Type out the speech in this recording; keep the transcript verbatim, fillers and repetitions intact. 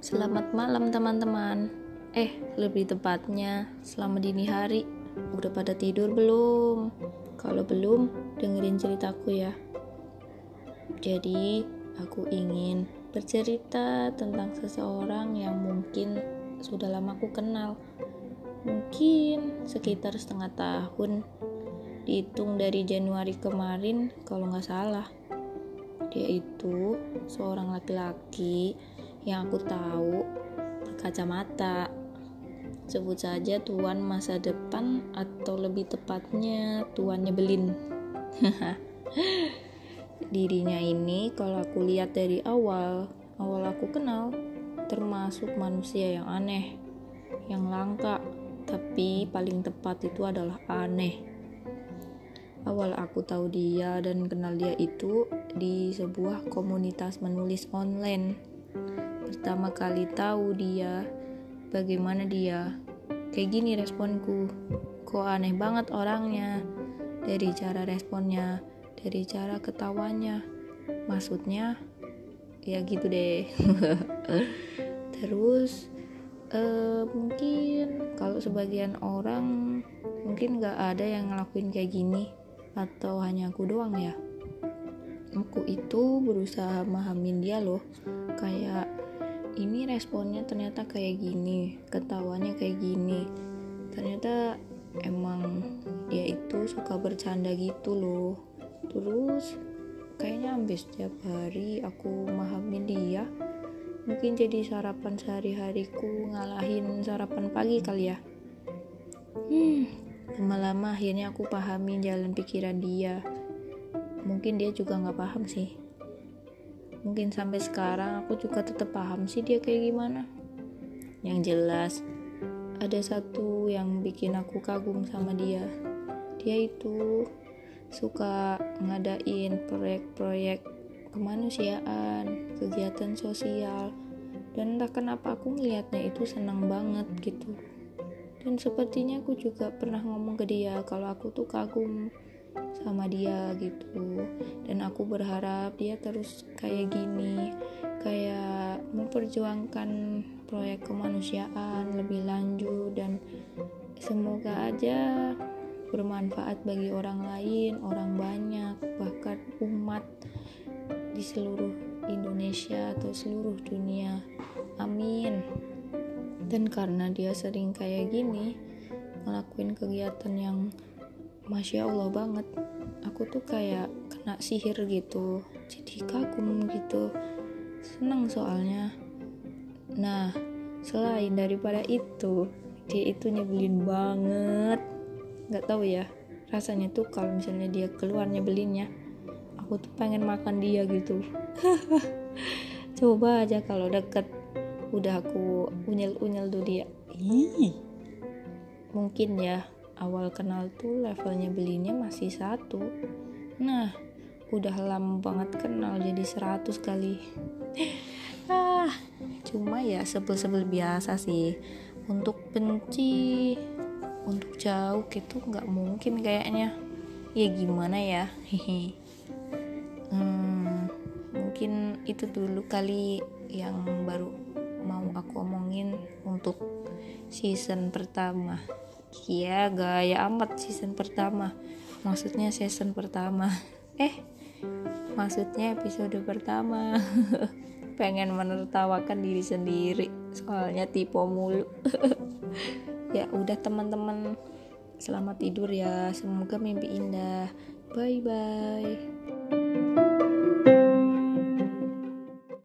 Selamat malam teman-teman. Eh, lebih tepatnya selamat dini hari. Udah pada tidur belum? Kalau belum, dengerin ceritaku ya. Jadi, aku ingin bercerita tentang seseorang yang mungkin sudah lama aku kenal. Mungkin sekitar setengah tahun. Dihitung dari Januari kemarin kalau nggak salah. Dia itu seorang laki-laki yang aku tahu berkacamata. Sebut saja tuan masa depan, atau lebih tepatnya tuan nyebelin. Dirinya ini kalau aku lihat dari awal awal aku kenal, termasuk manusia yang aneh, yang langka, tapi paling tepat itu adalah aneh. Awal aku tahu dia dan kenal dia itu di sebuah komunitas menulis online. Pertama kali tahu dia, bagaimana dia, kayak gini responku. Kok aneh banget orangnya, dari cara responnya, dari cara ketawanya. Maksudnya, ya gitu deh. Terus, eh, mungkin kalau sebagian orang mungkin gak ada yang ngelakuin kayak gini. Atau hanya aku doang ya? Aku itu berusaha mahamin dia loh. Kayak ini responnya ternyata kayak gini, ketawanya kayak gini. Ternyata emang dia itu suka bercanda gitu loh. Terus kayaknya hampir setiap hari aku mahamin dia. Mungkin jadi sarapan sehari-hariku, ngalahin sarapan pagi kali ya. Hmm Lama-lama akhirnya aku pahamin jalan pikiran dia. Mungkin dia juga gak paham sih. Mungkin sampai sekarang aku juga tetap paham sih dia kayak gimana. Yang jelas, ada satu yang bikin aku kagum sama dia. Dia itu suka ngadain proyek-proyek kemanusiaan, kegiatan sosial. Dan entah kenapa aku ngeliatnya itu senang banget gitu. Dan sepertinya aku juga pernah ngomong ke dia kalau aku tuh kagum sama dia gitu. Dan aku berharap dia terus kayak gini, kayak memperjuangkan proyek kemanusiaan lebih lanjut. Dan semoga aja bermanfaat bagi orang lain, orang banyak, bahkan umat di seluruh Indonesia atau seluruh dunia. Amin. Dan karena dia sering kayak gini, ngelakuin kegiatan yang Masya Allah banget, aku tuh kayak kena sihir gitu, jadi kagum gitu, senang soalnya. Nah, selain daripada itu, dia itu nyebelin banget. Gak tahu ya, rasanya tuh kalau misalnya dia keluar nyebelinnya, aku tuh pengen makan dia gitu. Coba aja kalau deket, udah aku unyel-unyel tuh dia. Ih. Mungkin ya awal kenal tuh levelnya belinya masih satu. Nah, udah lama banget kenal jadi seratus kali. ah, Cuma ya sebel-sebel biasa sih. Untuk benci, untuk jauh gitu nggak mungkin kayaknya. Ya gimana ya. hmm, Mungkin itu dulu kali yang baru mau aku omongin untuk season pertama. Iya, gaya amat season pertama. Maksudnya season pertama. Eh, maksudnya episode pertama. Pengen menertawakan diri sendiri, soalnya tipe mulu. Ya udah teman-teman, selamat tidur ya. Semoga mimpi indah. Bye bye.